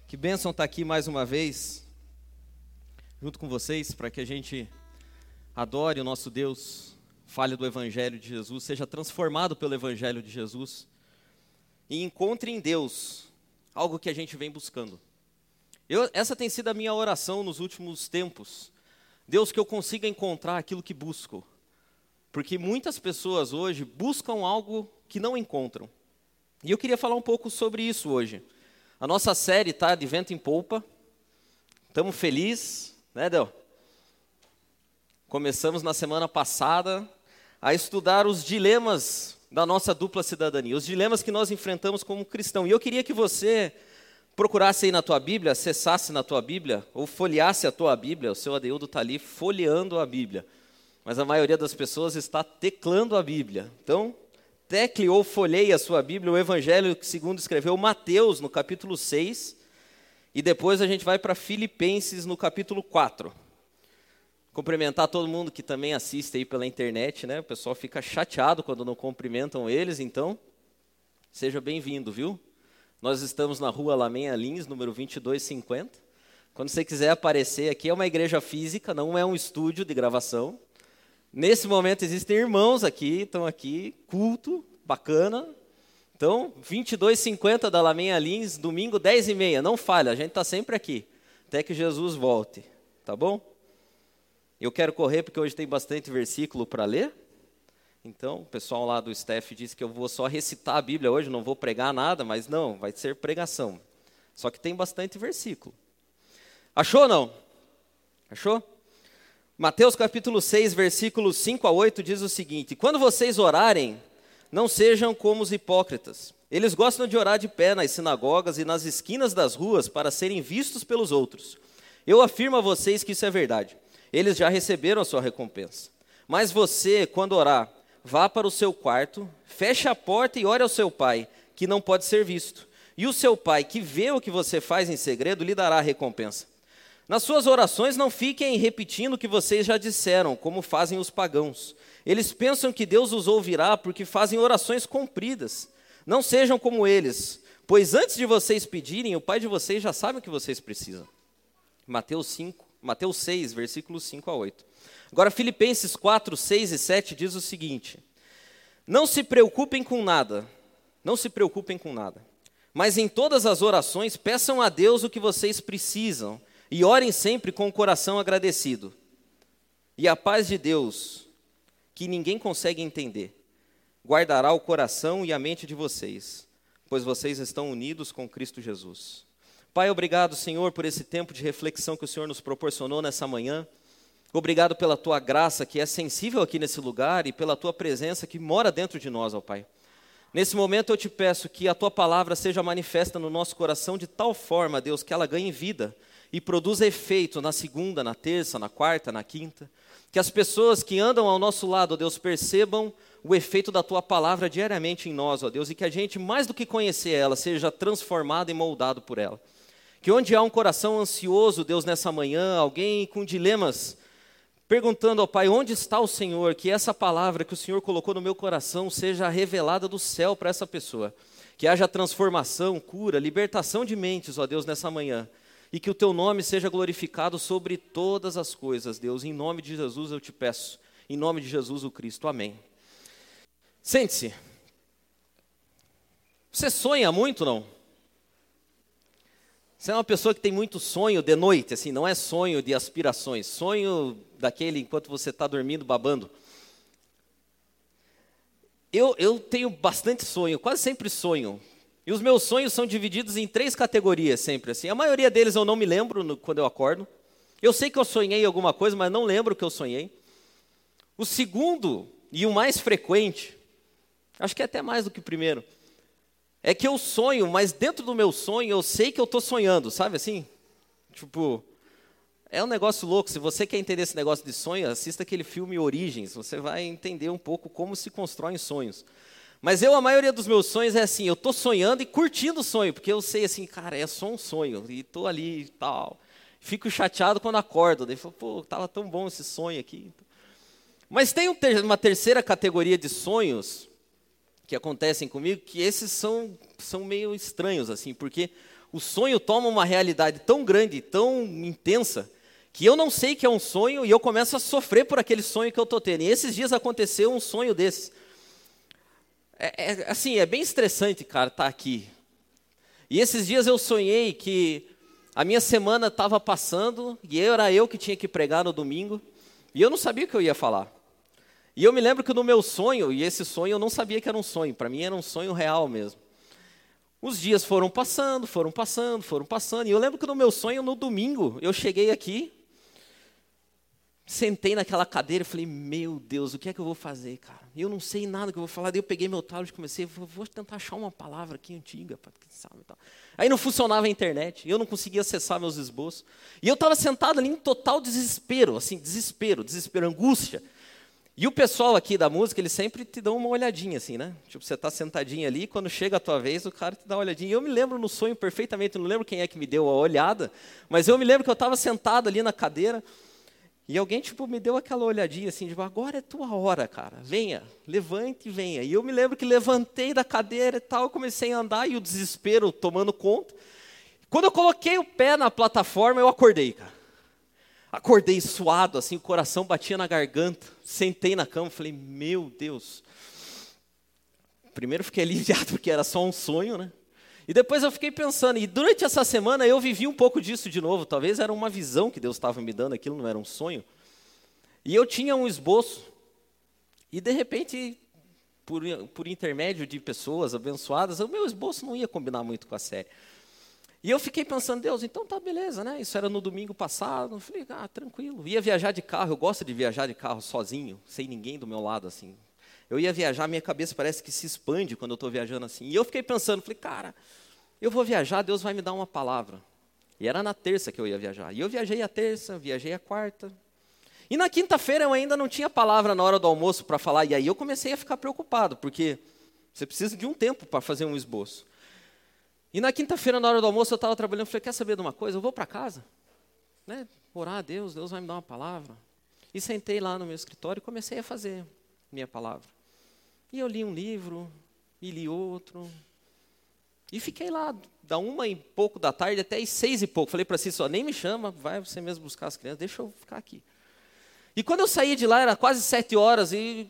Que bênção estar aqui mais uma vez, junto com vocês, para que a gente adore o nosso Deus, fale do Evangelho de Jesus, seja transformado pelo Evangelho de Jesus e encontre em Deus algo que a gente vem buscando. Essa tem sido a minha oração nos últimos tempos. Deus, que eu consiga encontrar aquilo que busco, porque muitas pessoas hoje buscam algo que não encontram. E eu queria falar um pouco sobre isso hoje. A nossa série está de vento em polpa. Estamos felizes, né, Del? Começamos na semana passada a estudar os dilemas da nossa dupla cidadania, os dilemas que nós enfrentamos como cristão. E eu queria que você procurasse aí na tua Bíblia, acessasse na tua Bíblia, ou folheasse a tua Bíblia. O seu Adeildo está ali folheando a Bíblia. Mas a maioria das pessoas está teclando a Bíblia. Então, tecle ou folheie a sua Bíblia, o Evangelho segundo escreveu Mateus, no capítulo 6, e depois a gente vai para Filipenses, no capítulo 4. Cumprimentar todo mundo que também assiste aí pela internet, né? O pessoal fica chateado quando não cumprimentam eles, então, seja bem-vindo, viu? Nós estamos na rua Lamenha Lins, número 2250. Quando você quiser aparecer aqui, é uma igreja física, não é um estúdio de gravação. Nesse momento existem irmãos aqui, estão aqui, culto, bacana. Então, 22h50 da Lamenha Lins, domingo, 10h30, não falha, a gente está sempre aqui, até que Jesus volte, tá bom? Eu quero correr porque hoje tem bastante versículo para ler. Então, o pessoal lá do staff disse que eu vou só recitar a Bíblia hoje, não vou pregar nada, mas não, vai ser pregação. Só que tem bastante versículo. Achou ou não? Achou? Mateus capítulo 6, versículos 5 a 8 diz o seguinte: quando vocês orarem, não sejam como os hipócritas. Eles gostam de orar de pé nas sinagogas e nas esquinas das ruas para serem vistos pelos outros. Eu afirmo a vocês que isso é verdade. Eles já receberam a sua recompensa. Mas você, quando orar, vá para o seu quarto, feche a porta e ore ao seu pai, que não pode ser visto. E o seu pai, que vê o que você faz em segredo, lhe dará a recompensa. Nas suas orações não fiquem repetindo o que vocês já disseram, como fazem os pagãos. Eles pensam que Deus os ouvirá porque fazem orações compridas. Não sejam como eles, pois antes de vocês pedirem, o Pai de vocês já sabe o que vocês precisam. Mateus 6, versículos 5 a 8. Agora, Filipenses 4, 6 e 7 diz o seguinte: não se preocupem com nada, mas em todas as orações peçam a Deus o que vocês precisam, e orem sempre com o coração agradecido. E a paz de Deus, que ninguém consegue entender, guardará o coração e a mente de vocês, pois vocês estão unidos com Cristo Jesus. Pai, obrigado, Senhor, por esse tempo de reflexão que o Senhor nos proporcionou nessa manhã. Obrigado pela Tua graça que é sensível aqui nesse lugar e pela Tua presença que mora dentro de nós, ó Pai. Nesse momento eu te peço que a Tua palavra seja manifesta no nosso coração de tal forma, Deus, que ela ganhe vida e produza efeito na segunda, na terça, na quarta, na quinta. Que as pessoas que andam ao nosso lado, ó Deus, percebam o efeito da Tua palavra diariamente em nós, ó Deus, e que a gente, mais do que conhecer ela, seja transformado e moldado por ela. Que onde há um coração ansioso, Deus, nessa manhã, alguém com dilemas, perguntando ao Pai, onde está o Senhor? Que essa palavra que o Senhor colocou no meu coração seja revelada do céu para essa pessoa. Que haja transformação, cura, libertação de mentes, ó Deus, nessa manhã. E que o Teu nome seja glorificado sobre todas as coisas, Deus. Em nome de Jesus eu te peço. Em nome de Jesus o Cristo. Amém. Sente-se. Você sonha muito, não? Você é uma pessoa que tem muito sonho de noite, assim, não é sonho de aspirações, sonho daquele enquanto você está dormindo, babando. Eu tenho bastante sonho, quase sempre sonho. E os meus sonhos são divididos em 3 categorias sempre, assim. A maioria deles eu não me lembro quando eu acordo. Eu sei que eu sonhei alguma coisa, mas não lembro o que eu sonhei. O segundo, e o mais frequente, acho que é até mais do que o primeiro, é que eu sonho, mas dentro do meu sonho eu sei que eu estou sonhando, sabe assim? Tipo, é um negócio louco. Se você quer entender esse negócio de sonho, assista aquele filme Origens, você vai entender um pouco como se constroem sonhos. Mas a maioria dos meus sonhos é assim, eu estou sonhando e curtindo o sonho, porque eu sei assim, cara, é só um sonho, e estou ali e tal. Fico chateado quando acordo, daí falo, pô, estava tão bom esse sonho aqui. Mas tem uma terceira categoria de sonhos que acontecem comigo, que esses são meio estranhos, assim, porque o sonho toma uma realidade tão grande, tão intensa, que eu não sei que é um sonho e eu começo a sofrer por aquele sonho que eu estou tendo. E esses dias aconteceu um sonho desse. Assim, é bem estressante, cara, estar aqui. E esses dias eu sonhei que a minha semana estava passando e era eu que tinha que pregar no domingo e eu não sabia o que eu ia falar. E eu me lembro que no meu sonho, e esse sonho eu não sabia que era um sonho, para mim era um sonho real mesmo. Os dias foram passando, e eu lembro que no meu sonho, no domingo, eu cheguei aqui, sentei naquela cadeira e falei, meu Deus, o que é que eu vou fazer, cara? Eu não sei nada que eu vou falar, daí eu peguei meu tablet e comecei, vou tentar achar uma palavra aqui antiga, para quem sabe e tal. Aí não funcionava a internet, eu não conseguia acessar meus esboços. E eu estava sentado ali em total desespero, assim, desespero, angústia. E o pessoal aqui da música, eles sempre te dão uma olhadinha, assim, né? Tipo, você está sentadinho ali, quando chega a tua vez, o cara te dá uma olhadinha. E eu me lembro no sonho perfeitamente, não lembro quem é que me deu a olhada, mas eu me lembro que eu estava sentado ali na cadeira, e alguém, tipo, me deu aquela olhadinha, assim, tipo, agora é tua hora, cara, venha, levante e venha. E eu me lembro que levantei da cadeira e tal, comecei a andar, e o desespero tomando conta. Quando eu coloquei o pé na plataforma, eu acordei, cara. Acordei suado, assim, o coração batia na garganta. Sentei na cama, falei, meu Deus. Primeiro fiquei aliviado, porque era só um sonho, né? E depois eu fiquei pensando, e durante essa semana eu vivi um pouco disso de novo. Talvez era uma visão que Deus estava me dando, aquilo não era um sonho. E eu tinha um esboço, e de repente, por intermédio de pessoas abençoadas, o meu esboço não ia combinar muito com a série. E eu fiquei pensando, Deus, então tá beleza, né? Isso era no domingo passado. Eu falei, tranquilo. Ia viajar de carro, eu gosto de viajar de carro sozinho, sem ninguém do meu lado, assim. Eu ia viajar, minha cabeça parece que se expande quando eu estou viajando assim. E eu fiquei pensando, falei, cara, eu vou viajar, Deus vai me dar uma palavra. E era na terça que eu ia viajar. E eu viajei a terça, viajei a quarta. E na quinta-feira eu ainda não tinha palavra na hora do almoço para falar. E aí eu comecei a ficar preocupado, porque você precisa de um tempo para fazer um esboço. E na quinta-feira, na hora do almoço, eu estava trabalhando, falei, quer saber de uma coisa? Eu vou para casa, né? Orar a Deus, Deus vai me dar uma palavra. E sentei lá no meu escritório e comecei a fazer minha palavra. E eu li um livro, e li outro. E fiquei lá, da 1h da tarde até às 6h. Falei para si, só nem me chama, vai você mesmo buscar as crianças, deixa eu ficar aqui. E quando eu saí de lá, era quase 7h e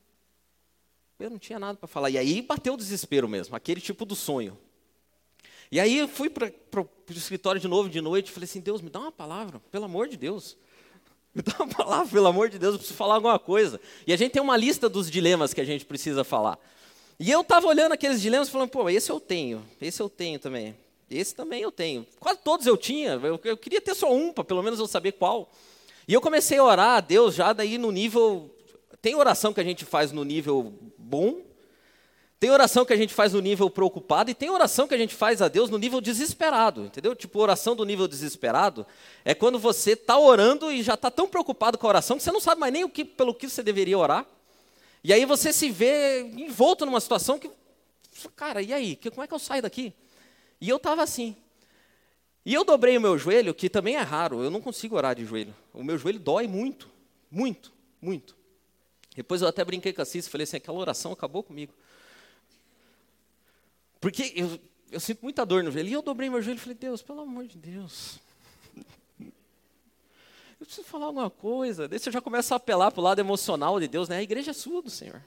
eu não tinha nada para falar. E aí bateu o desespero mesmo, aquele tipo do sonho. E aí eu fui para o escritório de novo de noite e falei assim, Deus, me dá uma palavra, pelo amor de Deus. Me dá uma palavra, pelo amor de Deus, eu preciso falar alguma coisa. E a gente tem uma lista dos dilemas que a gente precisa falar. E eu estava olhando aqueles dilemas e falando, pô, esse eu tenho também. Esse também eu tenho. Quase todos eu tinha, eu queria ter só um, para pelo menos eu saber qual. E eu comecei a orar a Deus já daí no nível... Tem oração que a gente faz no nível bom, tem oração que a gente faz no nível preocupado e tem oração que a gente faz a Deus no nível desesperado, entendeu? Tipo, oração do nível desesperado é quando você está orando e já está tão preocupado com a oração que você não sabe mais nem pelo que você deveria orar. E aí você se vê envolto numa situação que, cara, e aí? Como é que eu saio daqui? E eu estava assim. E eu dobrei o meu joelho, que também é raro, eu não consigo orar de joelho. O meu joelho dói muito, muito, muito. Depois eu até brinquei com a Cícera e falei assim, aquela oração acabou comigo. Porque eu sinto muita dor no joelho. E eu dobrei meu joelho e falei, Deus, pelo amor de Deus. Eu preciso falar alguma coisa. Daí você já começa a apelar para o lado emocional de Deus, né? A igreja é sua do Senhor.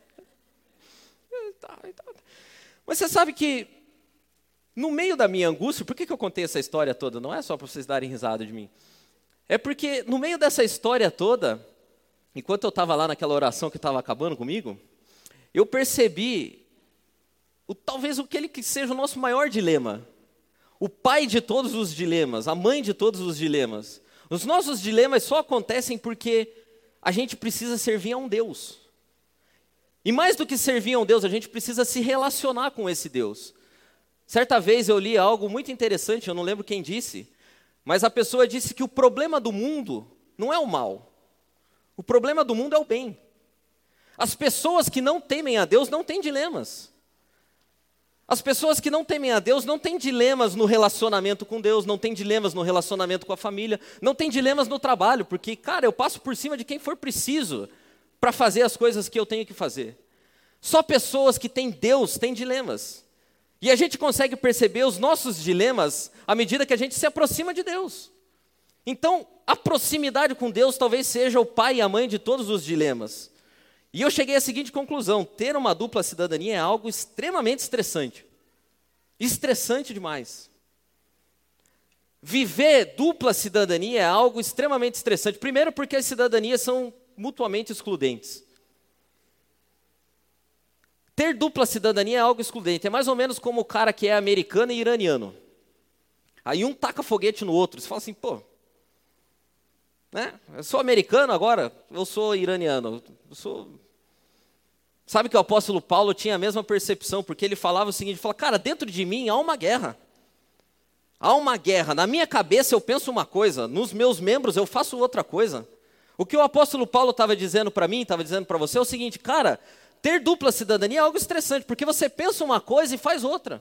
Mas você sabe que, no meio da minha angústia, por que eu contei essa história toda? Não é só para vocês darem risada de mim. É porque, no meio dessa história toda, enquanto eu estava lá naquela oração que estava acabando comigo, eu percebi... talvez aquele que seja o nosso maior dilema, o pai de todos os dilemas, a mãe de todos os dilemas. Os nossos dilemas só acontecem porque a gente precisa servir a um Deus. E mais do que servir a um Deus, a gente precisa se relacionar com esse Deus. Certa vez eu li algo muito interessante, eu não lembro quem disse, mas a pessoa disse que o problema do mundo não é o mal, o problema do mundo é o bem. As pessoas que não temem a Deus não têm dilemas. As pessoas que não temem a Deus não têm dilemas no relacionamento com Deus, não têm dilemas no relacionamento com a família, não têm dilemas no trabalho, porque, cara, eu passo por cima de quem for preciso para fazer as coisas que eu tenho que fazer. Só pessoas que têm Deus têm dilemas. E a gente consegue perceber os nossos dilemas à medida que a gente se aproxima de Deus. Então, a proximidade com Deus talvez seja o pai e a mãe de todos os dilemas. E eu cheguei à seguinte conclusão: ter uma dupla cidadania é algo extremamente estressante. Estressante demais. Viver dupla cidadania é algo extremamente estressante. Primeiro porque as cidadanias são mutuamente excludentes. Ter dupla cidadania é algo excludente. É mais ou menos como o cara que é americano e iraniano. Aí um taca foguete no outro. Você fala assim, pô, né? Eu sou americano agora, eu sou iraniano. Sabe que o apóstolo Paulo tinha a mesma percepção, porque ele falava o seguinte, ele falava, cara, dentro de mim há uma guerra. Há uma guerra. Na minha cabeça eu penso uma coisa, nos meus membros eu faço outra coisa. O que o apóstolo Paulo estava dizendo para mim, estava dizendo para você, é o seguinte, cara, ter dupla cidadania é algo estressante, porque você pensa uma coisa e faz outra.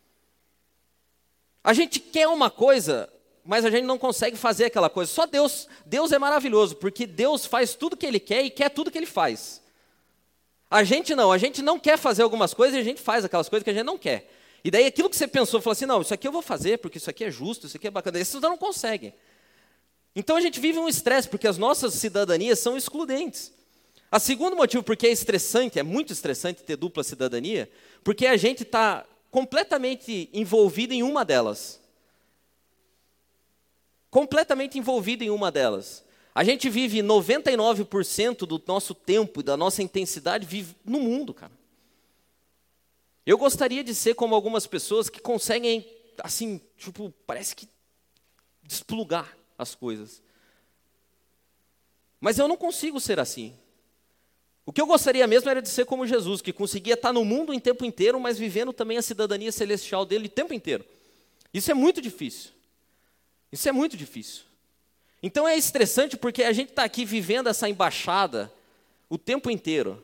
A gente quer uma coisa, mas a gente não consegue fazer aquela coisa. Só Deus é maravilhoso, porque Deus faz tudo que Ele quer e quer tudo que Ele faz. A gente não quer fazer algumas coisas e a gente faz aquelas coisas que a gente não quer. E daí aquilo que você pensou, falou assim, não, isso aqui eu vou fazer, porque isso aqui é justo, isso aqui é bacana. Isso você não consegue. Então a gente vive um estresse, porque as nossas cidadanias são excludentes. O segundo motivo porque é estressante, é muito estressante ter dupla cidadania, porque a gente está completamente envolvido em uma delas. Completamente envolvido em uma delas. A gente vive 99% do nosso tempo e da nossa intensidade vive no mundo, cara. Eu gostaria de ser como algumas pessoas que conseguem, assim, tipo, parece que desplugar as coisas. Mas eu não consigo ser assim. O que eu gostaria mesmo era de ser como Jesus, que conseguia estar no mundo em tempo inteiro, mas vivendo também a cidadania celestial dele o tempo inteiro. Isso é muito difícil. Isso é muito difícil. Então é estressante porque a gente está aqui vivendo essa embaixada o tempo inteiro.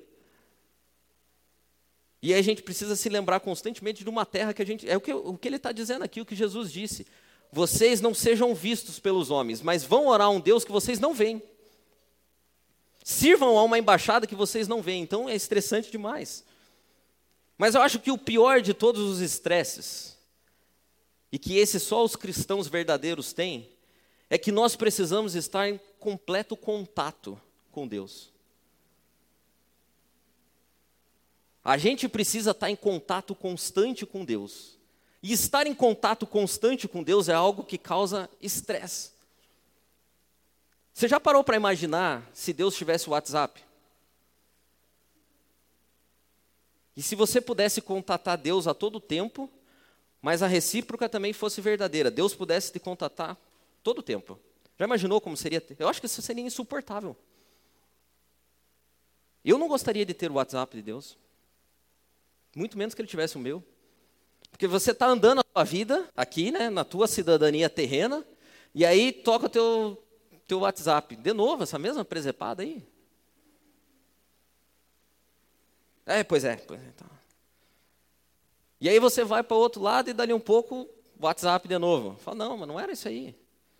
E aí a gente precisa se lembrar constantemente de uma terra que a gente... É o que ele está dizendo aqui, o que Jesus disse. Vocês não sejam vistos pelos homens, mas vão orar a um Deus que vocês não veem. Sirvam a uma embaixada que vocês não veem. Então é estressante demais. Mas eu acho que o pior de todos os estresses, e que esse só os cristãos verdadeiros têm, é que nós precisamos estar em completo contato com Deus. A gente precisa estar em contato constante com Deus. E estar em contato constante com Deus é algo que causa estresse. Você já parou para imaginar se Deus tivesse o WhatsApp? E se você pudesse contatar Deus a todo tempo, mas a recíproca também fosse verdadeira, Deus pudesse te contatar todo tempo. Já imaginou como seria? Eu acho que isso seria insuportável. Eu não gostaria de ter o WhatsApp de Deus. Muito menos que ele tivesse o meu. Porque você está andando a tua vida aqui, né, na tua cidadania terrena, e aí toca o teu WhatsApp. De novo, essa mesma presepada aí? Pois é. Então. E aí você vai para o outro lado e dali um pouco, WhatsApp de novo. Fala, não, mas não era isso aí.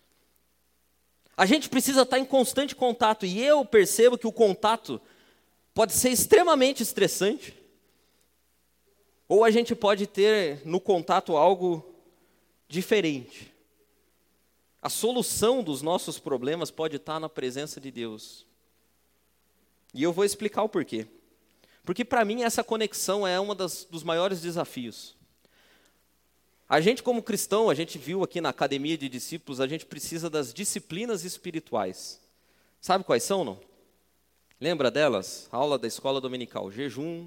A gente precisa estar em constante contato, e eu percebo que o contato pode ser extremamente estressante, ou a gente pode ter no contato algo diferente. A solução dos nossos problemas pode estar na presença de Deus. E eu vou explicar o porquê. Porque para mim essa conexão é um dos maiores desafios. A gente como cristão, a gente viu aqui na Academia de Discípulos, a gente precisa das disciplinas espirituais. Sabe quais são, não? Lembra delas? A aula da escola dominical, jejum,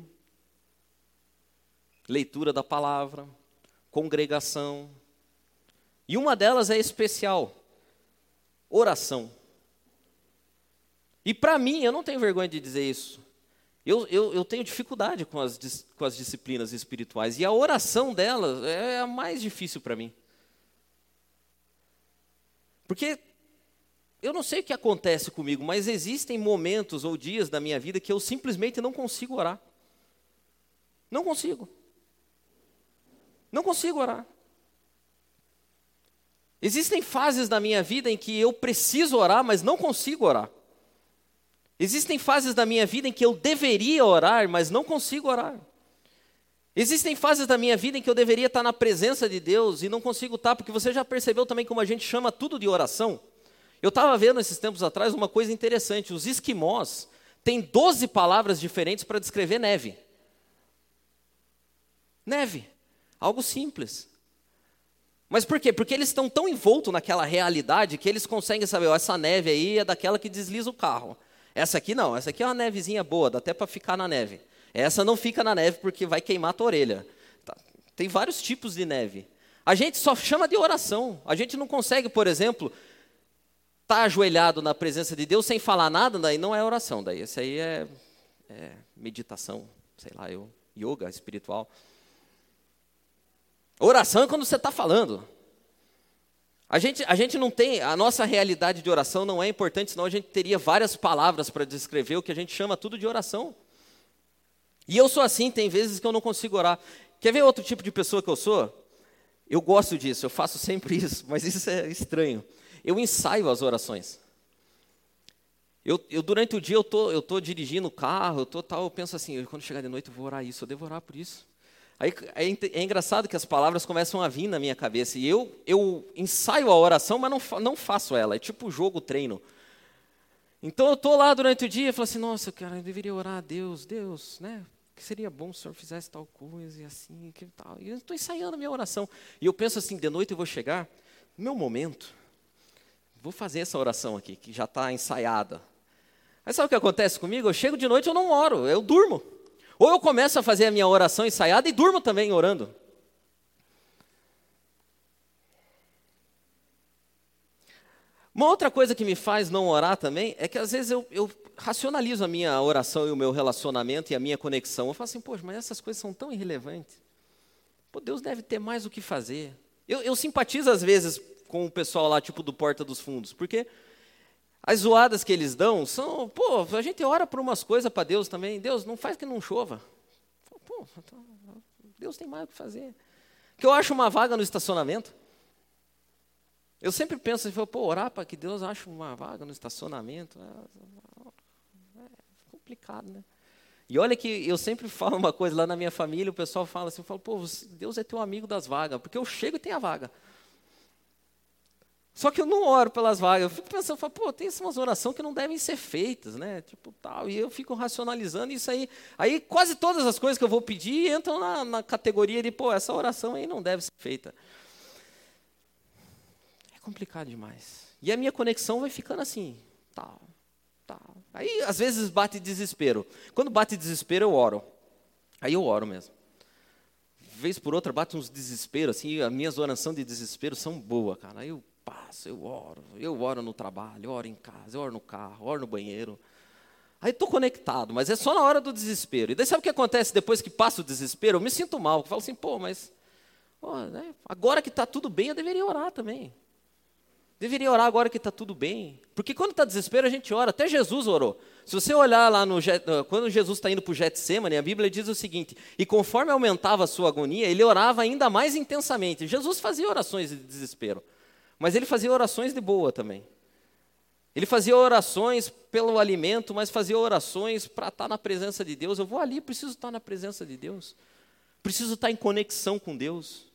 leitura da palavra, congregação. E uma delas é especial, oração. E para mim, eu não tenho vergonha de dizer isso, eu tenho dificuldade com as disciplinas espirituais, e a oração delas é a mais difícil para mim. Porque eu não sei o que acontece comigo, mas existem momentos ou dias da minha vida que eu simplesmente não consigo orar. Não consigo. Não consigo orar. Existem fases da minha vida em que eu preciso orar, mas não consigo orar. Existem fases da minha vida em que eu deveria orar, mas não consigo orar. Existem fases da minha vida em que eu deveria estar na presença de Deus e não consigo estar, porque você já percebeu também como a gente chama tudo de oração? Eu estava vendo esses tempos atrás uma coisa interessante. Os esquimós têm 12 palavras diferentes para descrever neve. Neve, algo simples. Mas por quê? Porque eles estão tão envoltos naquela realidade que eles conseguem saber, ó, essa neve aí é daquela que desliza o carro. Essa aqui não, essa aqui é uma nevezinha boa, dá até para ficar na neve. Essa não fica na neve porque vai queimar a tua orelha. Tá. Tem vários tipos de neve. A gente só chama de oração. A gente não consegue, por exemplo, estar ajoelhado na presença de Deus sem falar nada, daí não é oração. Daí esse aí é meditação, sei lá, yoga espiritual. Oração é quando você está falando. A gente não tem, a nossa realidade de oração não é importante, senão a gente teria várias palavras para descrever o que a gente chama tudo de oração. E eu sou assim, tem vezes que eu não consigo orar. Quer ver outro tipo de pessoa que eu sou? Eu gosto disso, eu faço sempre isso, mas isso é estranho. Eu ensaio as orações. Eu durante o dia eu tô dirigindo o carro, eu penso assim, quando chegar de noite eu vou orar isso, eu devo orar por isso. Aí é engraçado que as palavras começam a vir na minha cabeça, e eu ensaio a oração, mas não faço ela, é tipo jogo, treino. Então eu estou lá durante o dia e falo assim, nossa, cara, eu deveria orar a Deus, né? Que seria bom se o Senhor fizesse tal coisa e assim, que tal. E eu estou ensaiando a minha oração. E eu penso assim, de noite eu vou chegar, no meu momento, vou fazer essa oração aqui, que já está ensaiada. Aí sabe o que acontece comigo? Eu chego de noite e eu não oro, eu durmo. Ou eu começo a fazer a minha oração ensaiada e durmo também orando. Uma outra coisa que me faz não orar também é que às vezes eu racionalizo a minha oração e o meu relacionamento e a minha conexão. Eu falo assim, poxa, mas essas coisas são tão irrelevantes. Pô, Deus deve ter mais o que fazer. Eu simpatizo às vezes com o pessoal lá, tipo do Porta dos Fundos, porque as zoadas que eles dão são, pô, a gente ora por umas coisas para Deus também. Deus, não faz que não chova. Pô, Deus tem mais o que fazer. Que eu acho uma vaga no estacionamento. Eu sempre penso assim, pô, orar para que Deus ache uma vaga no estacionamento. É complicado, né? E olha que eu sempre falo uma coisa lá na minha família, o pessoal fala assim, eu falo, pô, Deus é teu amigo das vagas, porque eu chego e tem a vaga. Só que eu não oro pelas vagas, eu fico pensando, falo, pô, tem umas orações que não devem ser feitas, né? Tipo tal, e eu fico racionalizando isso aí. Aí quase todas as coisas que eu vou pedir entram na categoria de, pô, essa oração aí não deve ser feita. Complicado demais. E a minha conexão vai ficando assim, tal. Aí, às vezes, bate desespero. Quando bate desespero, eu oro. Aí eu oro mesmo. Vez por outra, bate uns desesperos, assim, as minhas orações de desespero são boas, cara. Aí eu passo, eu oro no trabalho, eu oro em casa, eu oro no carro, eu oro no banheiro. Aí estou conectado, mas é só na hora do desespero. E daí sabe o que acontece depois que passa o desespero? Eu me sinto mal, eu falo assim, pô, mas né, agora que está tudo bem, eu deveria orar também. Deveria orar agora que está tudo bem. Porque quando está desespero, a gente ora. Até Jesus orou. Se você olhar lá, quando Jesus está indo para o Getsemane, a Bíblia diz o seguinte, e conforme aumentava a sua agonia, ele orava ainda mais intensamente. Jesus fazia orações de desespero, mas ele fazia orações de boa também. Ele fazia orações pelo alimento, mas fazia orações para estar na presença de Deus. Eu vou ali, preciso estar na presença de Deus. Preciso estar em conexão com Deus.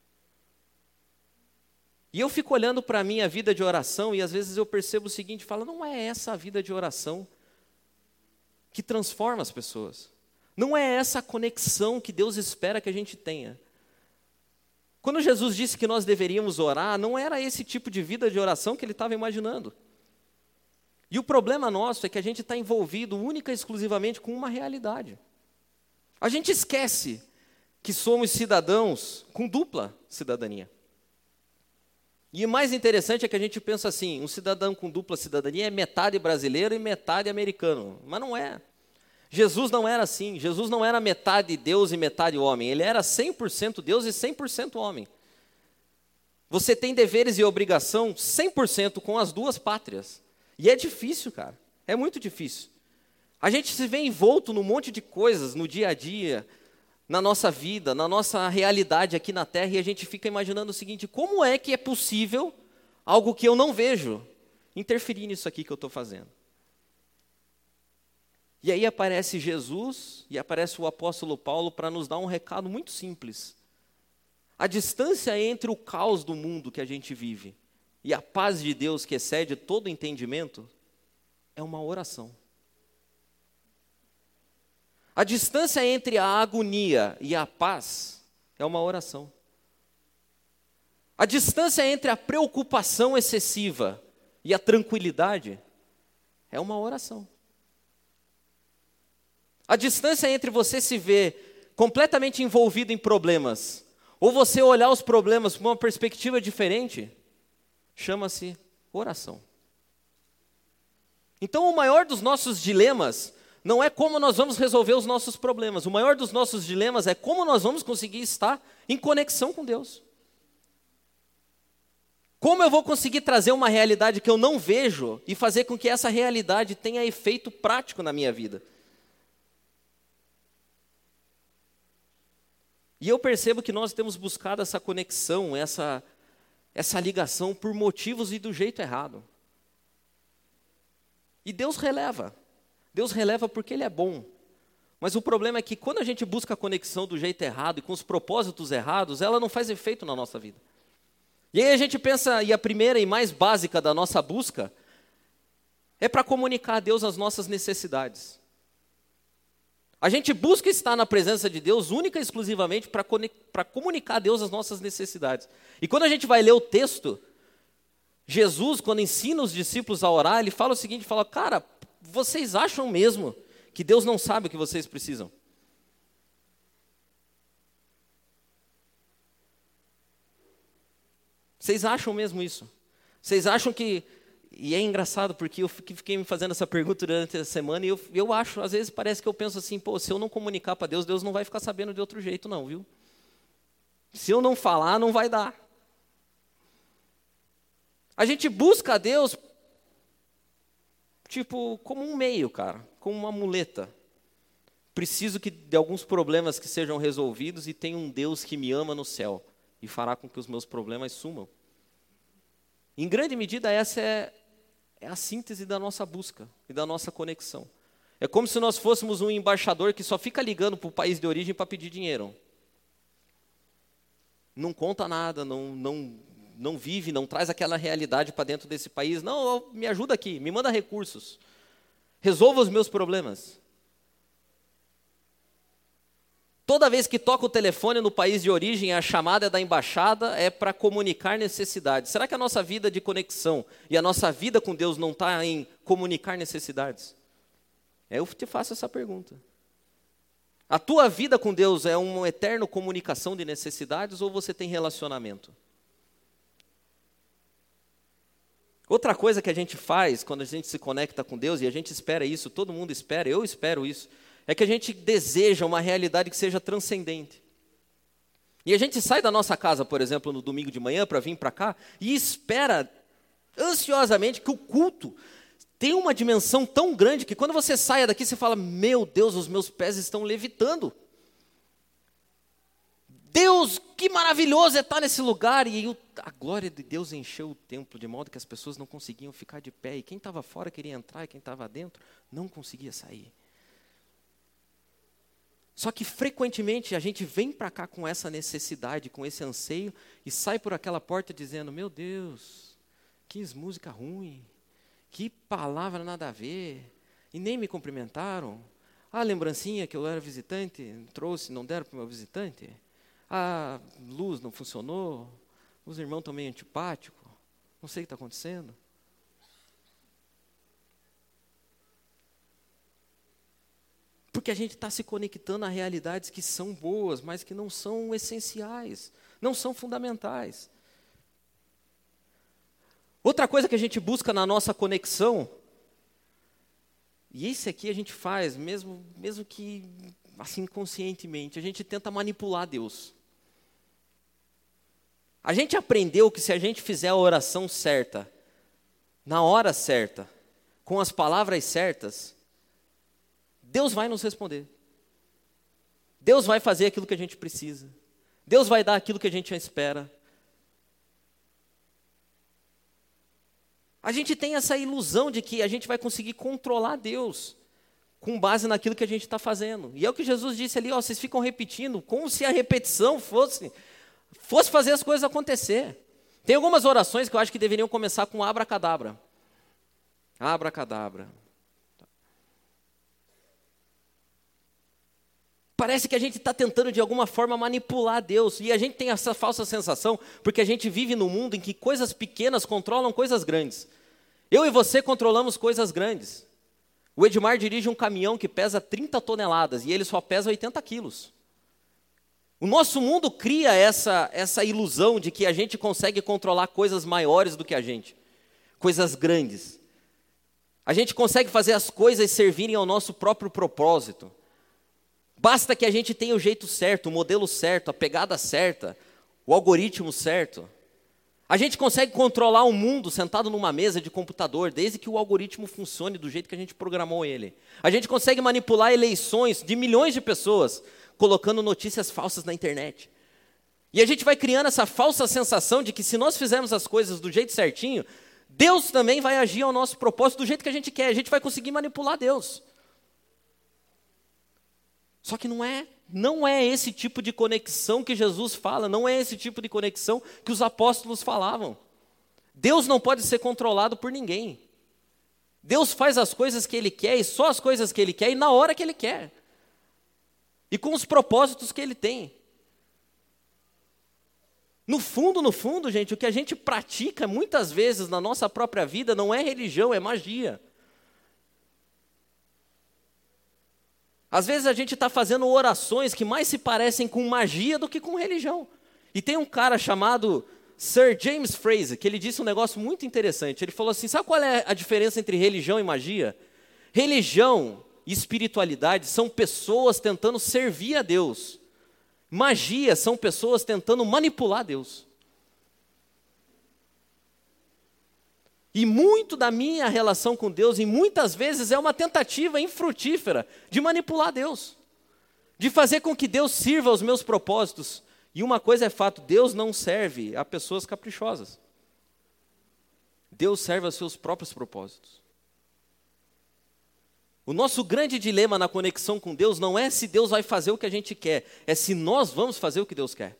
E eu fico olhando para a minha vida de oração e às vezes eu percebo o seguinte, falo, não é essa a vida de oração que transforma as pessoas. Não é essa a conexão que Deus espera que a gente tenha. Quando Jesus disse que nós deveríamos orar, não era esse tipo de vida de oração que ele estava imaginando. E o problema nosso é que a gente está envolvido única e exclusivamente com uma realidade. A gente esquece que somos cidadãos com dupla cidadania. E o mais interessante é que a gente pensa assim, um cidadão com dupla cidadania é metade brasileiro e metade americano. Mas não é. Jesus não era assim. Jesus não era metade Deus e metade homem. Ele era 100% Deus e 100% homem. Você tem deveres e obrigação 100% com as duas pátrias. E é difícil, cara. É muito difícil. A gente se vê envolto num monte de coisas no dia a dia, na nossa vida, na nossa realidade aqui na Terra, e a gente fica imaginando o seguinte, como é que é possível algo que eu não vejo interferir nisso aqui que eu estou fazendo? E aí aparece Jesus e aparece o apóstolo Paulo para nos dar um recado muito simples. A distância entre o caos do mundo que a gente vive e a paz de Deus que excede todo entendimento é uma oração. A distância entre a agonia e a paz é uma oração. A distância entre a preocupação excessiva e a tranquilidade é uma oração. A distância entre você se ver completamente envolvido em problemas ou você olhar os problemas com uma perspectiva diferente, chama-se oração. Então, o maior dos nossos dilemas não é como nós vamos resolver os nossos problemas. O maior dos nossos dilemas é como nós vamos conseguir estar em conexão com Deus. Como eu vou conseguir trazer uma realidade que eu não vejo e fazer com que essa realidade tenha efeito prático na minha vida? E eu percebo que nós temos buscado essa conexão, essa ligação por motivos e do jeito errado. E Deus releva. Deus releva porque Ele é bom. Mas o problema é que quando a gente busca a conexão do jeito errado e com os propósitos errados, ela não faz efeito na nossa vida. E aí a gente pensa, e a primeira e mais básica da nossa busca é para comunicar a Deus as nossas necessidades. A gente busca estar na presença de Deus única e exclusivamente para comunicar a Deus as nossas necessidades. E quando a gente vai ler o texto, Jesus, quando ensina os discípulos a orar, ele fala o seguinte, fala, cara, vocês acham mesmo que Deus não sabe o que vocês precisam? Vocês acham mesmo isso? Vocês acham que... E é engraçado porque eu fiquei me fazendo essa pergunta durante a semana e eu acho, às vezes parece que eu penso assim, pô, se eu não comunicar para Deus, Deus não vai ficar sabendo de outro jeito não, viu? Se eu não falar, não vai dar. A gente busca a Deus, tipo, como um meio, cara, como uma muleta. Preciso de alguns problemas que sejam resolvidos e tem um Deus que me ama no céu e fará com que os meus problemas sumam. Em grande medida, essa é a síntese da nossa busca e da nossa conexão. É como se nós fôssemos um embaixador que só fica ligando para o país de origem para pedir dinheiro. Não conta nada, não vive, não traz aquela realidade para dentro desse país. Não, me ajuda aqui, me manda recursos. Resolva os meus problemas. Toda vez que toca o telefone no país de origem, a chamada é da embaixada, é para comunicar necessidades. Será que a nossa vida de conexão e a nossa vida com Deus não está em comunicar necessidades? Eu te faço essa pergunta. A tua vida com Deus é uma eterna comunicação de necessidades ou você tem relacionamento? Outra coisa que a gente faz quando a gente se conecta com Deus, e a gente espera isso, todo mundo espera, eu espero isso, é que a gente deseja uma realidade que seja transcendente. E a gente sai da nossa casa, por exemplo, no domingo de manhã para vir para cá e espera ansiosamente que o culto tenha uma dimensão tão grande que quando você saia daqui você fala, meu Deus, os meus pés estão levitando. Deus, que maravilhoso é estar nesse lugar. E a glória de Deus encheu o templo de modo que as pessoas não conseguiam ficar de pé. E quem estava fora queria entrar e quem estava dentro não conseguia sair. Só que frequentemente a gente vem para cá com essa necessidade, com esse anseio, e sai por aquela porta dizendo, meu Deus, que música ruim, que palavra nada a ver, e nem me cumprimentaram. A lembrancinha que eu era visitante, trouxe, não deram para o meu visitante. A luz não funcionou, os irmãos estão meio antipáticos, não sei o que está acontecendo. Porque a gente está se conectando a realidades que são boas, mas que não são essenciais, não são fundamentais. Outra coisa que a gente busca na nossa conexão, e esse aqui a gente faz, mesmo que assim inconscientemente, a gente tenta manipular Deus. A gente aprendeu que se a gente fizer a oração certa, na hora certa, com as palavras certas, Deus vai nos responder. Deus vai fazer aquilo que a gente precisa. Deus vai dar aquilo que a gente espera. A gente tem essa ilusão de que a gente vai conseguir controlar Deus. com base naquilo que a gente está fazendo. E é o que Jesus disse ali, ó, vocês ficam repetindo, como se a repetição fosse fazer as coisas acontecer. Tem algumas orações que eu acho que deveriam começar com abracadabra. Abracadabra. Parece que a gente está tentando de alguma forma manipular Deus. E a gente tem essa falsa sensação, porque a gente vive num mundo em que coisas pequenas controlam coisas grandes. Eu e você controlamos coisas grandes. O Edmar dirige um caminhão que pesa 30 toneladas e ele só pesa 80 quilos. O nosso mundo cria essa ilusão de que a gente consegue controlar coisas maiores do que a gente. Coisas grandes. A gente consegue fazer as coisas servirem ao nosso próprio propósito. Basta que a gente tenha o jeito certo, o modelo certo, a pegada certa, o algoritmo certo. A gente consegue controlar o mundo sentado numa mesa de computador, desde que o algoritmo funcione do jeito que a gente programou ele. A gente consegue manipular eleições de milhões de pessoas, colocando notícias falsas na internet. E a gente vai criando essa falsa sensação de que se nós fizermos as coisas do jeito certinho, Deus também vai agir ao nosso propósito do jeito que a gente quer. A gente vai conseguir manipular Deus. Só que não é esse tipo de conexão que Jesus fala, não é esse tipo de conexão que os apóstolos falavam. Deus não pode ser controlado por ninguém. Deus faz as coisas que Ele quer, e só as coisas que Ele quer, e na hora que Ele quer. E com os propósitos que Ele tem. No fundo, gente, o que a gente pratica muitas vezes na nossa própria vida não é religião, é magia. Às vezes a gente está fazendo orações que mais se parecem com magia do que com religião. E tem um cara chamado Sir James Fraser, que ele disse um negócio muito interessante. Ele falou assim, sabe qual é a diferença entre religião e magia? Religião e espiritualidade são pessoas tentando servir a Deus. Magia são pessoas tentando manipular Deus. E muito da minha relação com Deus, e muitas vezes é uma tentativa infrutífera de manipular Deus. De fazer com que Deus sirva aos meus propósitos. E uma coisa é fato, Deus não serve a pessoas caprichosas. Deus serve aos seus próprios propósitos. O nosso grande dilema na conexão com Deus não é se Deus vai fazer o que a gente quer, é se nós vamos fazer o que Deus quer.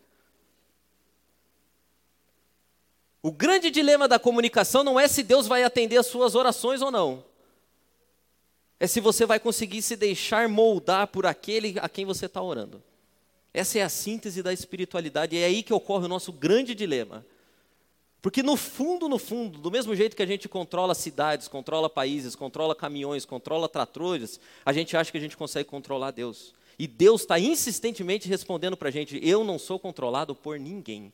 O grande dilema da comunicação não é se Deus vai atender as suas orações ou não. É se você vai conseguir se deixar moldar por aquele a quem você está orando. Essa é a síntese da espiritualidade, e é aí que ocorre o nosso grande dilema. Porque no fundo, do mesmo jeito que a gente controla cidades, controla países, controla caminhões, controla tratores, a gente acha que a gente consegue controlar Deus. E Deus está insistentemente respondendo para a gente, eu não sou controlado por ninguém.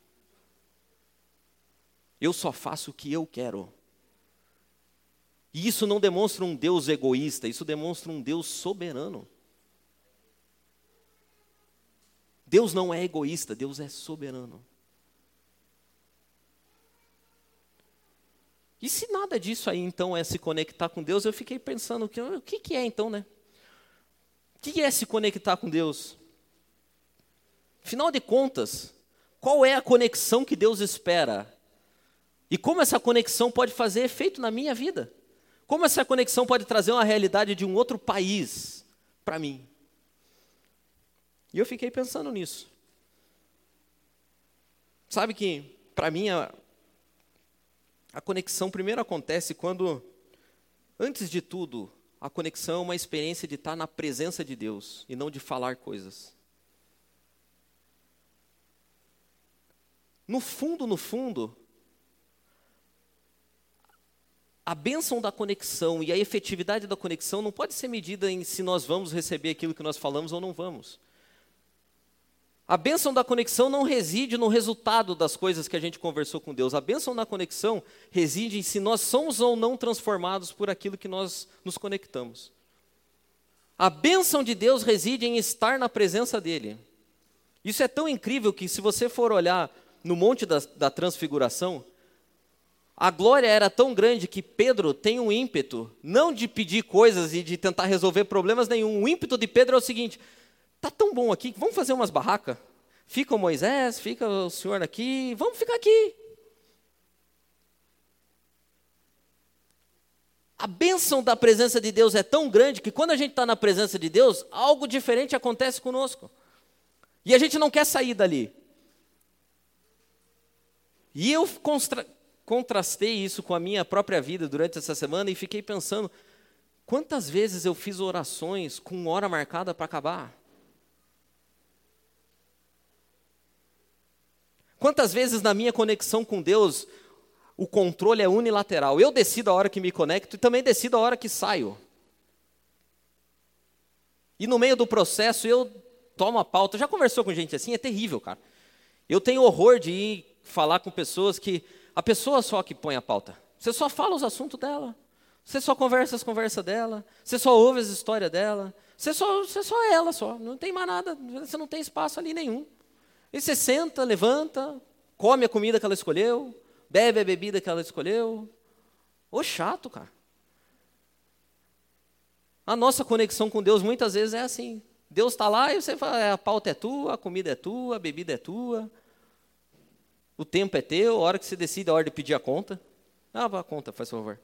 Eu só faço o que eu quero. E isso não demonstra um Deus egoísta, isso demonstra um Deus soberano. Deus não é egoísta, Deus é soberano. E se nada disso aí, então, é se conectar com Deus, eu fiquei pensando, o que é então, né? O que é se conectar com Deus? Afinal de contas, qual é a conexão que Deus espera? E como essa conexão pode fazer efeito na minha vida? Como essa conexão pode trazer uma realidade de um outro país para mim? E eu fiquei pensando nisso. Sabe que, para mim, a conexão primeiro acontece quando, antes de tudo, a conexão é uma experiência de estar na presença de Deus e não de falar coisas. No fundo, a bênção da conexão e a efetividade da conexão não pode ser medida em se nós vamos receber aquilo que nós falamos ou não vamos. A bênção da conexão não reside no resultado das coisas que a gente conversou com Deus. A bênção da conexão reside em se nós somos ou não transformados por aquilo que nós nos conectamos. A bênção de Deus reside em estar na presença dEle. Isso é tão incrível que se você for olhar no Monte da Transfiguração, a glória era tão grande que Pedro tem um ímpeto, não de pedir coisas e de tentar resolver problemas nenhum. O ímpeto de Pedro é o seguinte, está tão bom aqui, vamos fazer umas barracas? Fica o Moisés, fica o senhor aqui, vamos ficar aqui. A bênção da presença de Deus é tão grande que quando a gente está na presença de Deus, algo diferente acontece conosco. E a gente não quer sair dali. E eu contrastei isso com a minha própria vida durante essa semana e fiquei pensando, quantas vezes eu fiz orações com hora marcada para acabar? Quantas vezes na minha conexão com Deus, o controle é unilateral? Eu decido a hora que me conecto e também decido a hora que saio. E no meio do processo eu tomo a pauta. Já conversou com gente assim? É terrível, cara. Eu tenho horror de ir falar com pessoas que a pessoa só que põe a pauta. Você só fala os assuntos dela. Você só conversa as conversas dela. Você só ouve as histórias dela. Você só é ela só. Não tem mais nada. Você não tem espaço ali nenhum. E você senta, levanta, come a comida que ela escolheu, bebe a bebida que ela escolheu. Ô, chato, cara. A nossa conexão com Deus muitas vezes é assim. Deus está lá e você fala, a pauta é tua, a comida é tua, a bebida é tua. O tempo é teu, a hora que você decide a hora de pedir a conta. Ah, a conta, faz favor.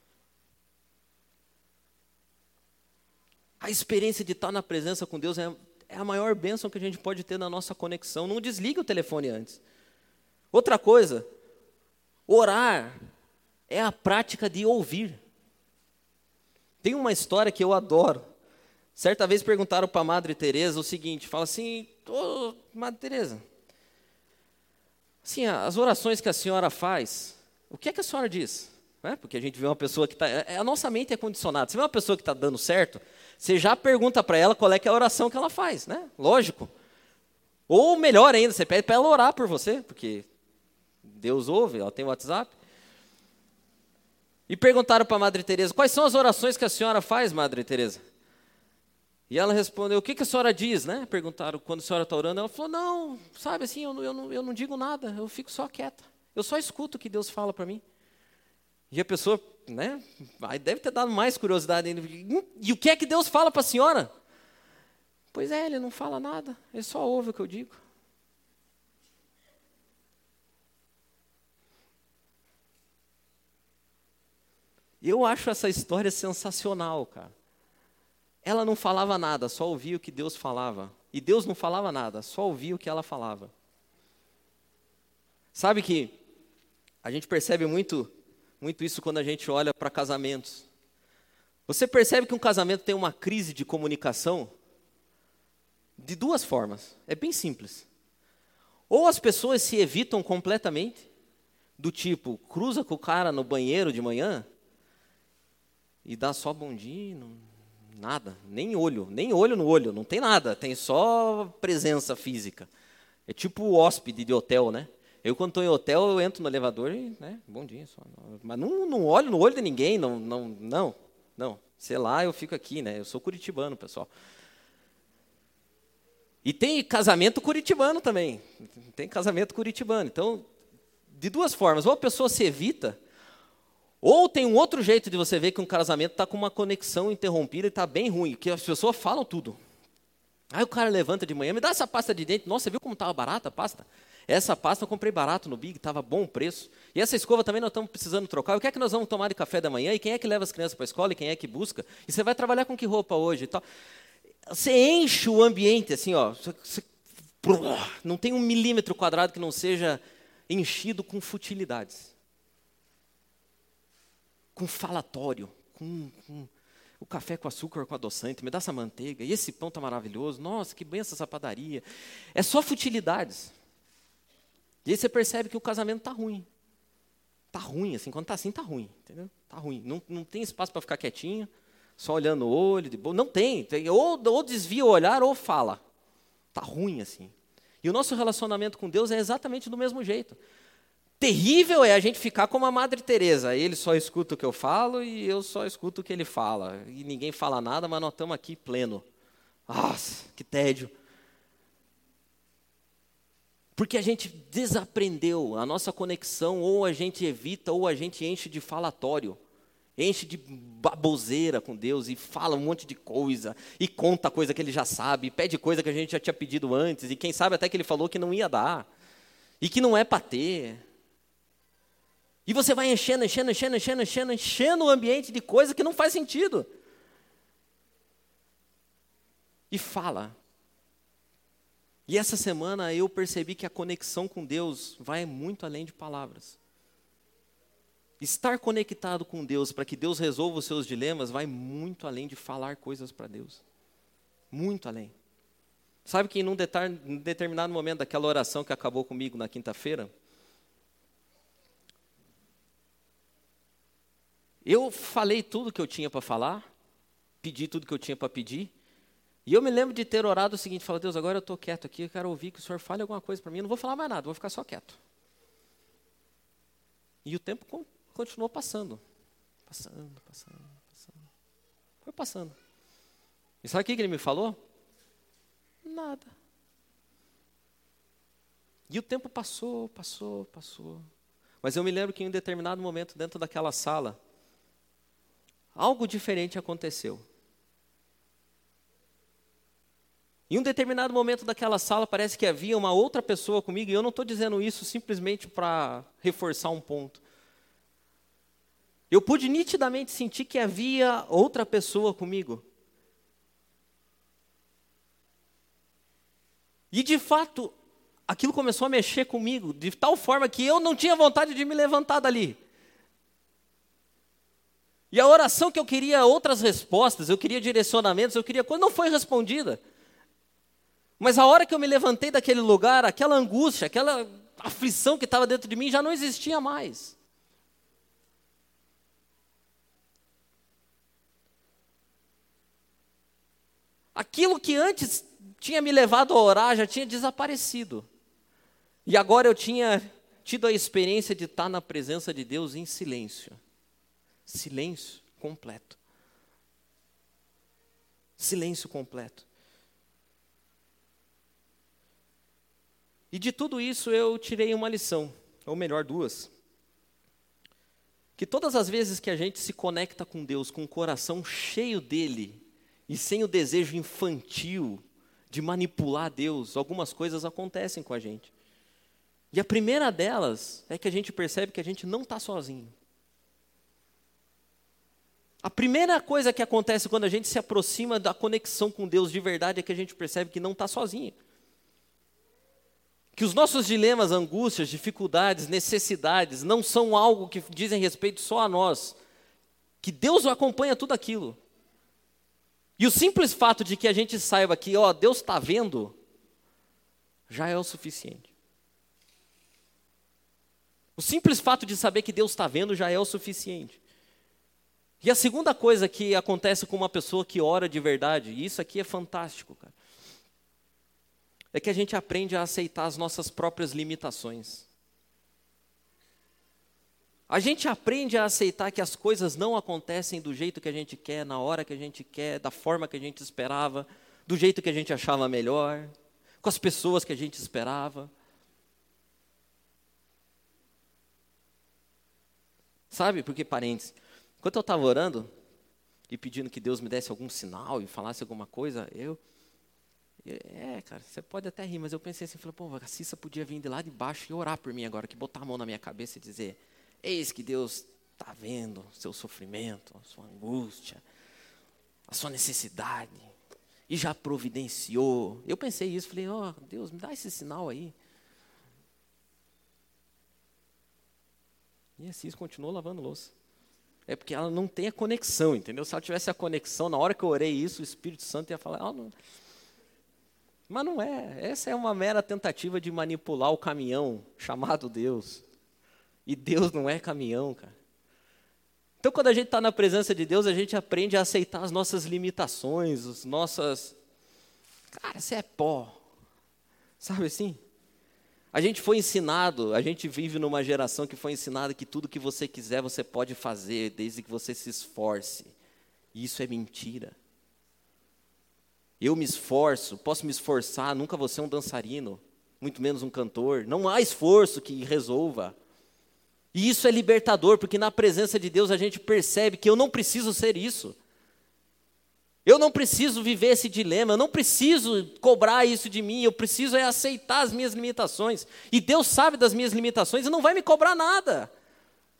A experiência de estar na presença com Deus é a maior bênção que a gente pode ter na nossa conexão. Não desligue o telefone antes. Outra coisa, orar é a prática de ouvir. Tem uma história que eu adoro. Certa vez perguntaram para a Madre Teresa o seguinte, fala assim, Madre Teresa, assim, as orações que a senhora faz, o que é que a senhora diz? Porque a gente vê uma pessoa que está... A nossa mente é condicionada. Você vê uma pessoa que está dando certo, você já pergunta para ela qual é que é a oração que ela faz, né? Lógico. Ou melhor ainda, você pede para ela orar por você, porque Deus ouve, ela tem WhatsApp. E perguntaram para a Madre Teresa, quais são as orações que a senhora faz, Madre Teresa? E ela respondeu, o que a senhora diz, né? Perguntaram quando a senhora está orando. Ela falou, não, sabe assim, eu não digo nada, eu fico só quieta. Eu só escuto o que Deus fala para mim. E a pessoa, né, aí deve ter dado mais curiosidade ainda. E o que é que Deus fala para a senhora? Pois é, ele não fala nada, ele só ouve o que eu digo. Eu acho essa história sensacional, cara. Ela não falava nada, só ouvia o que Deus falava. E Deus não falava nada, só ouvia o que ela falava. Sabe que a gente percebe muito isso quando a gente olha para casamentos. Você percebe que um casamento tem uma crise de comunicação de duas formas. É bem simples. Ou as pessoas se evitam completamente, do tipo, cruza com o cara no banheiro de manhã e dá só bom dia, nada, nem olho no olho, não tem nada, tem só presença física. É tipo o hóspede de hotel, né? Eu, quando estou em hotel, eu entro no elevador e, né, bom dia. Só, mas não olho no olho de ninguém, não. Sei lá, eu fico aqui, né? Eu sou curitibano, pessoal. E tem casamento curitibano também. Tem casamento curitibano. Então, de duas formas. Ou a pessoa se evita, ou tem um outro jeito de você ver que um casamento está com uma conexão interrompida e está bem ruim, que as pessoas falam tudo. Aí o cara levanta de manhã, me dá essa pasta de dente. Nossa, você viu como estava barata a pasta? Essa pasta eu comprei barato no Big, estava bom o preço. E essa escova também nós estamos precisando trocar. O que é que nós vamos tomar de café da manhã? E quem é que leva as crianças para a escola? E quem é que busca? E você vai trabalhar com que roupa hoje e tal? Você enche o ambiente assim, ó. Não tem 1 milímetro quadrado que não seja enchido com futilidades. Com falatório, com o café com açúcar, com adoçante, me dá essa manteiga, e esse pão está maravilhoso, nossa, que benção essa padaria. É só futilidades. E aí você percebe que o casamento está ruim. Está ruim, assim, quando está assim, está ruim, entendeu? Está ruim, não tem espaço para ficar quietinho, só olhando o olho, de boa. Não tem, ou desvia o olhar ou fala. Está ruim assim. E o nosso relacionamento com Deus é exatamente do mesmo jeito. Terrível é a gente ficar como a Madre Teresa. Ele só escuta o que eu falo e eu só escuto o que ele fala. E ninguém fala nada, mas nós estamos aqui pleno. Nossa, que tédio. Porque a gente desaprendeu a nossa conexão, ou a gente evita, ou a gente enche de falatório. Enche de baboseira com Deus e fala um monte de coisa. E conta coisa que ele já sabe, e pede coisa que a gente já tinha pedido antes. E quem sabe até que ele falou que não ia dar. E que não é para ter. E você vai enchendo o ambiente de coisa que não faz sentido. E fala. E essa semana eu percebi que a conexão com Deus vai muito além de palavras. Estar conectado com Deus para que Deus resolva os seus dilemas vai muito além de falar coisas para Deus. Muito além. Sabe que em um determinado momento daquela oração que acabou comigo na quinta-feira, eu falei tudo que eu tinha para falar, pedi tudo que eu tinha para pedir, e eu me lembro de ter orado o seguinte, falei, Deus, agora eu estou quieto aqui, eu quero ouvir que o Senhor fale alguma coisa para mim, eu não vou falar mais nada, vou ficar só quieto. E o tempo continuou passando. Foi passando. E sabe o que ele me falou? Nada. E o tempo passou. Mas eu me lembro que em um determinado momento, dentro daquela sala, algo diferente aconteceu. Em um determinado momento daquela sala, parece que havia uma outra pessoa comigo, e eu não estou dizendo isso simplesmente para reforçar um ponto. Eu pude nitidamente sentir que havia outra pessoa comigo. E de fato, aquilo começou a mexer comigo, de tal forma que eu não tinha vontade de me levantar dali. E a oração que eu queria outras respostas, eu queria direcionamentos, eu queria coisa, não foi respondida. Mas a hora que eu me levantei daquele lugar, aquela angústia, aquela aflição que estava dentro de mim já não existia mais. Aquilo que antes tinha me levado a orar já tinha desaparecido. E agora eu tinha tido a experiência de estar na presença de Deus em silêncio. Silêncio completo. Silêncio completo. E de tudo isso eu tirei uma lição, ou melhor, duas. Que todas as vezes que a gente se conecta com Deus com o coração cheio dele e sem o desejo infantil de manipular Deus, algumas coisas acontecem com a gente. E a primeira delas é que a gente percebe que a gente não está sozinho. A primeira coisa que acontece quando a gente se aproxima da conexão com Deus de verdade é que a gente percebe que não está sozinho. Que os nossos dilemas, angústias, dificuldades, necessidades não são algo que dizem respeito só a nós. Que Deus acompanha tudo aquilo. E o simples fato de que a gente saiba que Deus está vendo, já é o suficiente. O simples fato de saber que Deus está vendo já é o suficiente. E a segunda coisa que acontece com uma pessoa que ora de verdade, e isso aqui é fantástico, cara, é que a gente aprende a aceitar as nossas próprias limitações. A gente aprende a aceitar que as coisas não acontecem do jeito que a gente quer, na hora que a gente quer, da forma que a gente esperava, do jeito que a gente achava melhor, com as pessoas que a gente esperava. Sabe, porque, parênteses, enquanto eu estava orando e pedindo que Deus me desse algum sinal e falasse alguma coisa, cara, você pode até rir, mas eu pensei assim, a Cissa podia vir de lá de baixo e orar por mim agora, que botar a mão na minha cabeça e dizer, eis que Deus está vendo o seu sofrimento, a sua angústia, a sua necessidade, e já providenciou. Eu pensei isso, falei, Deus, me dá esse sinal aí. E a Cissa continuou lavando louça. É porque ela não tem a conexão, entendeu? Se ela tivesse a conexão, na hora que eu orei isso, o Espírito Santo ia falar, não. Mas não é. Essa é uma mera tentativa de manipular o caminhão chamado Deus. E Deus não é caminhão, cara. Então, quando a gente está na presença de Deus, a gente aprende a aceitar as nossas limitações, as nossas... Cara, você é pó. Sabe assim? A gente foi ensinado, a gente vive numa geração que foi ensinada que tudo que você quiser, você pode fazer, desde que você se esforce. E isso é mentira. Eu me esforço, posso me esforçar, nunca vou ser um dançarino, muito menos um cantor. Não há esforço que resolva. E isso é libertador, porque na presença de Deus a gente percebe que eu não preciso ser isso. Eu não preciso viver esse dilema, eu não preciso cobrar isso de mim, eu preciso aceitar as minhas limitações. E Deus sabe das minhas limitações e não vai me cobrar nada.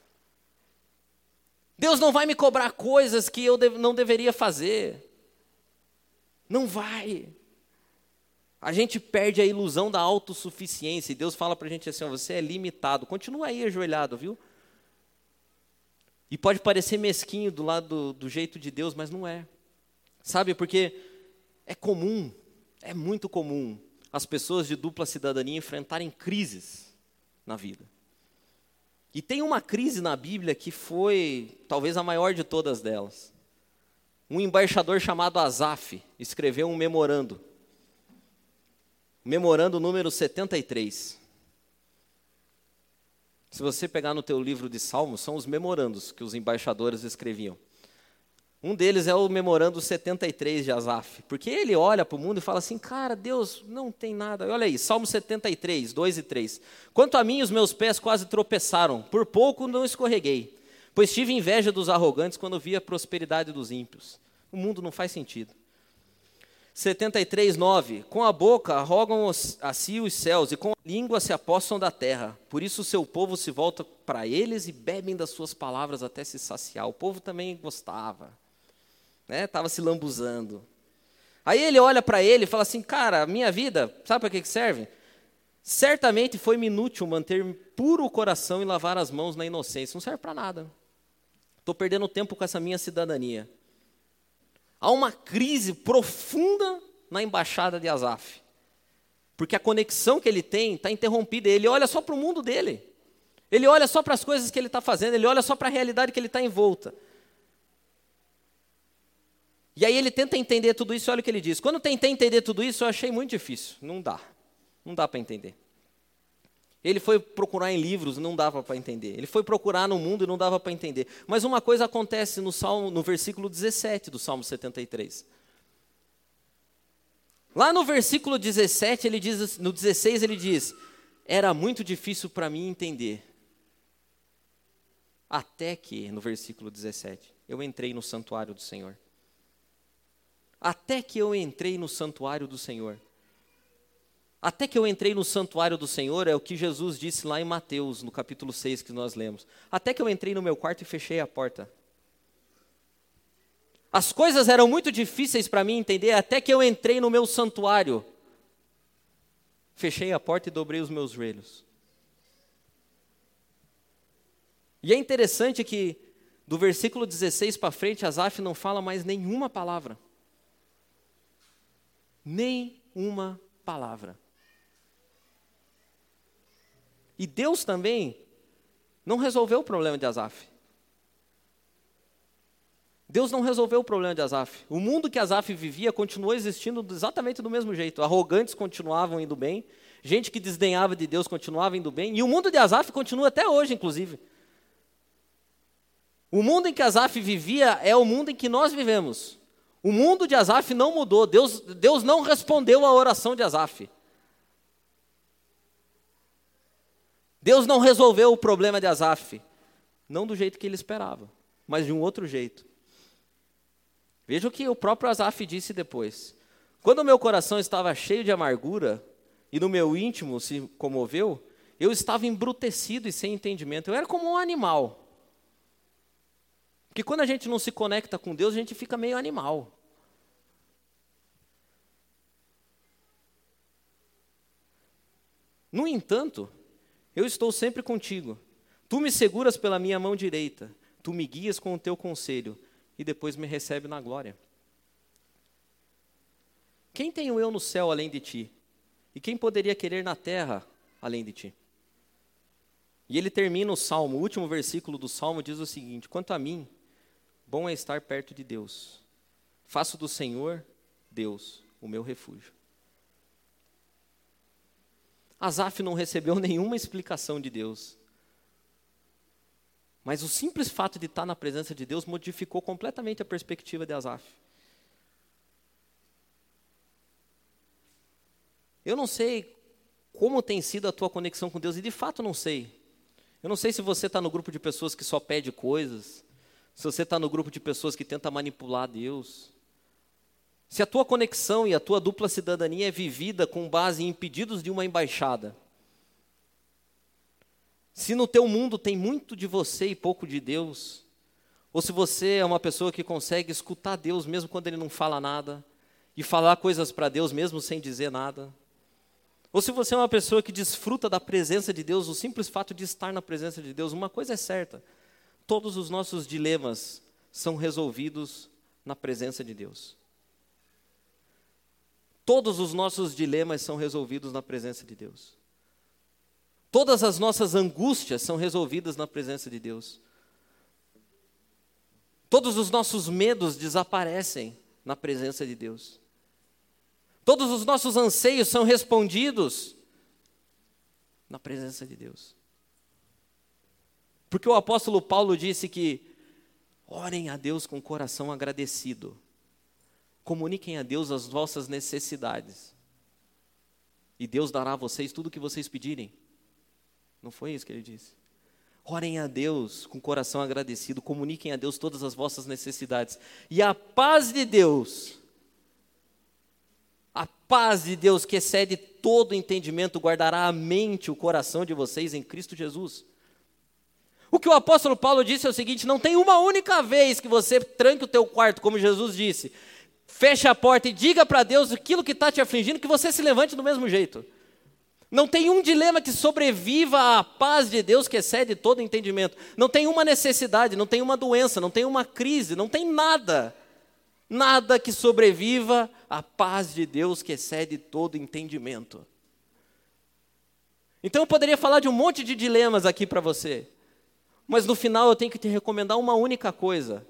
Deus não vai me cobrar coisas que eu não deveria fazer. Não vai. A gente perde a ilusão da autossuficiência. E Deus fala para a gente assim, ó, você é limitado. Continua aí ajoelhado, viu? E pode parecer mesquinho do lado do jeito de Deus, mas não é. Sabe, porque é comum, é muito comum, as pessoas de dupla cidadania enfrentarem crises na vida. E tem uma crise na Bíblia que foi talvez a maior de todas delas. Um embaixador chamado Asaf escreveu um memorando. Memorando número 73. Se você pegar no teu livro de Salmos, são os memorandos que os embaixadores escreviam. Um deles é o memorando 73 de Asaf, porque ele olha para o mundo e fala assim, cara, Deus não tem nada. Olha aí, Salmo 73, 2 e 3. Quanto a mim, os meus pés quase tropeçaram, por pouco não escorreguei, pois tive inveja dos arrogantes quando vi a prosperidade dos ímpios. O mundo não faz sentido. 73, 9. Com a boca arrogam a si os céus, e com a língua se apossam da terra. Por isso o seu povo se volta para eles e bebem das suas palavras até se saciar. O povo também gostava. Estava se lambuzando. Aí ele olha para ele e fala assim, cara, minha vida, sabe para que serve? Certamente foi-me inútil manter puro o coração e lavar as mãos na inocência. Não serve para nada. Estou perdendo tempo com essa minha cidadania. Há uma crise profunda na embaixada de Asaf. Porque a conexão que ele tem está interrompida. Ele olha só para o mundo dele. Ele olha só para as coisas que ele está fazendo. Ele olha só para a realidade que ele está envolta. E aí ele tenta entender tudo isso, olha o que ele diz. Quando eu tentei entender tudo isso, eu achei muito difícil. Não dá para entender. Ele foi procurar em livros, não dava para entender. Ele foi procurar no mundo e não dava para entender. Mas uma coisa acontece no versículo 17 do Salmo 73. Lá no versículo 17, ele diz, no 16 ele diz, era muito difícil para mim entender. Até que, no versículo 17, eu entrei no santuário do Senhor. Até que eu entrei no santuário do Senhor. Até que eu entrei no santuário do Senhor, é o que Jesus disse lá em Mateus, no capítulo 6 que nós lemos. Até que eu entrei no meu quarto e fechei a porta. As coisas eram muito difíceis para mim entender, até que eu entrei no meu santuário. Fechei a porta e dobrei os meus joelhos. E é interessante que, do versículo 16 para frente, Asaf não fala mais nenhuma palavra. Nem uma palavra. E Deus também não resolveu o problema de Asaf. Deus não resolveu o problema de Asaf. O mundo que Asaf vivia continuou existindo exatamente do mesmo jeito. Arrogantes continuavam indo bem, gente que desdenhava de Deus continuava indo bem, e o mundo de Asaf continua até hoje, inclusive. O mundo em que Asaf vivia é o mundo em que nós vivemos. O mundo de Asaf não mudou, Deus não respondeu à oração de Asaf. Deus não resolveu o problema de Asaf, não do jeito que ele esperava, mas de um outro jeito. Veja o que o próprio Asaf disse depois. Quando o meu coração estava cheio de amargura e no meu íntimo se comoveu, eu estava embrutecido e sem entendimento. Eu era como um animal. Porque quando a gente não se conecta com Deus, a gente fica meio animal. No entanto, eu estou sempre contigo. Tu me seguras pela minha mão direita. Tu me guias com o teu conselho e depois me recebe na glória. Quem tenho eu no céu além de ti? E quem poderia querer na terra além de ti? E ele termina o Salmo, o último versículo do Salmo diz o seguinte: quanto a mim, bom é estar perto de Deus. Faço do Senhor, Deus, o meu refúgio. Asaf não recebeu nenhuma explicação de Deus. Mas o simples fato de estar na presença de Deus modificou completamente a perspectiva de Asaf. Eu não sei como tem sido a tua conexão com Deus, e de fato não sei. Eu não sei se você está no grupo de pessoas que só pede coisas, se você está no grupo de pessoas que tenta manipular Deus. Se a tua conexão e a tua dupla cidadania é vivida com base em pedidos de uma embaixada. Se no teu mundo tem muito de você e pouco de Deus, Ou se você é uma pessoa que consegue escutar Deus mesmo quando Ele não fala nada, e falar coisas para Deus mesmo sem dizer nada. Ou se você é uma pessoa que desfruta da presença de Deus, o simples fato de estar na presença de Deus, uma coisa é certa: todos os nossos dilemas são resolvidos na presença de Deus. Todos os nossos dilemas são resolvidos na presença de Deus. Todas as nossas angústias são resolvidas na presença de Deus. Todos os nossos medos desaparecem na presença de Deus. Todos os nossos anseios são respondidos na presença de Deus. Porque o apóstolo Paulo disse que orem a Deus com o coração agradecido. Comuniquem a Deus as vossas necessidades. E Deus dará a vocês tudo o que vocês pedirem. Não foi isso que ele disse? Orem a Deus com o coração agradecido. Comuniquem a Deus todas as vossas necessidades. E a paz de Deus que excede todo entendimento, guardará a mente e o coração de vocês em Cristo Jesus. O que o apóstolo Paulo disse é o seguinte: não tem uma única vez que você tranque o teu quarto, como Jesus disse, feche a porta e diga para Deus aquilo que está te afligindo, que você se levante do mesmo jeito. Não tem um dilema que sobreviva à paz de Deus que excede todo entendimento. Não tem uma necessidade, não tem uma doença, não tem uma crise, não tem nada. Nada que sobreviva à paz de Deus que excede todo entendimento. Então eu poderia falar de um monte de dilemas aqui para você. Mas no final eu tenho que te recomendar uma única coisa.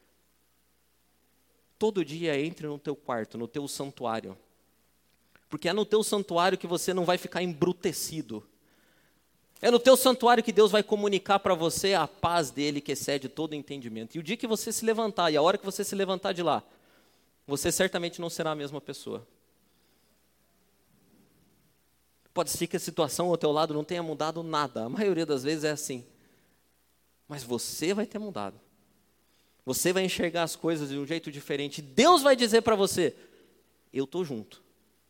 Todo dia entre no teu quarto, no teu santuário. Porque é no teu santuário que você não vai ficar embrutecido. É no teu santuário que Deus vai comunicar para você a paz dele que excede todo entendimento. E o dia que você se levantar, e a hora que você se levantar de lá, você certamente não será a mesma pessoa. Pode ser que a situação ao teu lado não tenha mudado nada. A maioria das vezes é assim. Mas você vai ter mudado. Você vai enxergar as coisas de um jeito diferente. Deus vai dizer para você: eu estou junto.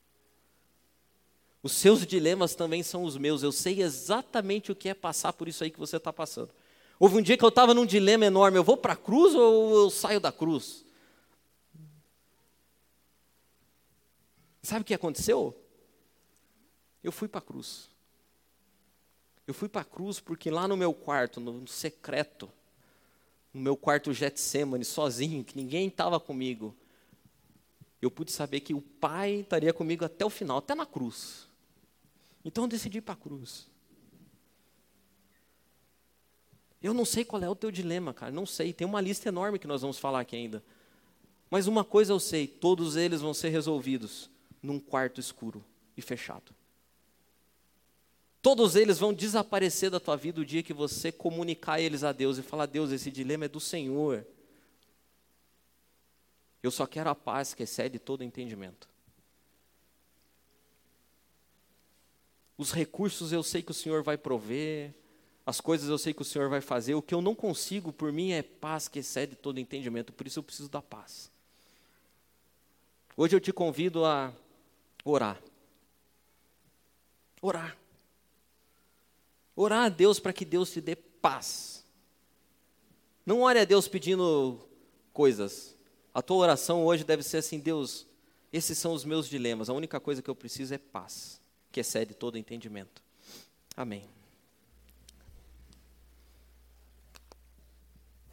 Os seus dilemas também são os meus. Eu sei exatamente o que é passar por isso aí que você está passando. Houve um dia que eu estava num dilema enorme: eu vou para a cruz ou eu saio da cruz? Sabe o que aconteceu? Eu fui para a cruz. Eu fui para a cruz porque lá no meu quarto, no secreto, no meu quarto Getsemane, sozinho, que ninguém estava comigo, eu pude saber que o Pai estaria comigo até o final, até na cruz. Então eu decidi ir para a cruz. Eu não sei qual é o teu dilema, cara, não sei. Tem uma lista enorme que nós vamos falar aqui ainda. Mas uma coisa eu sei: todos eles vão ser resolvidos num quarto escuro e fechado. Todos eles vão desaparecer da tua vida o dia que você comunicar eles a Deus e falar: Deus, esse dilema é do Senhor. Eu só quero a paz que excede todo entendimento. Os recursos eu sei que o Senhor vai prover, as coisas eu sei que o Senhor vai fazer. O que eu não consigo por mim é paz que excede todo entendimento, por isso eu preciso da paz. Hoje eu te convido a orar. Orar. Orar a Deus para que Deus te dê paz. Não ore a Deus pedindo coisas. A tua oração hoje deve ser assim: Deus, esses são os meus dilemas, a única coisa que eu preciso é paz, que excede todo entendimento. Amém.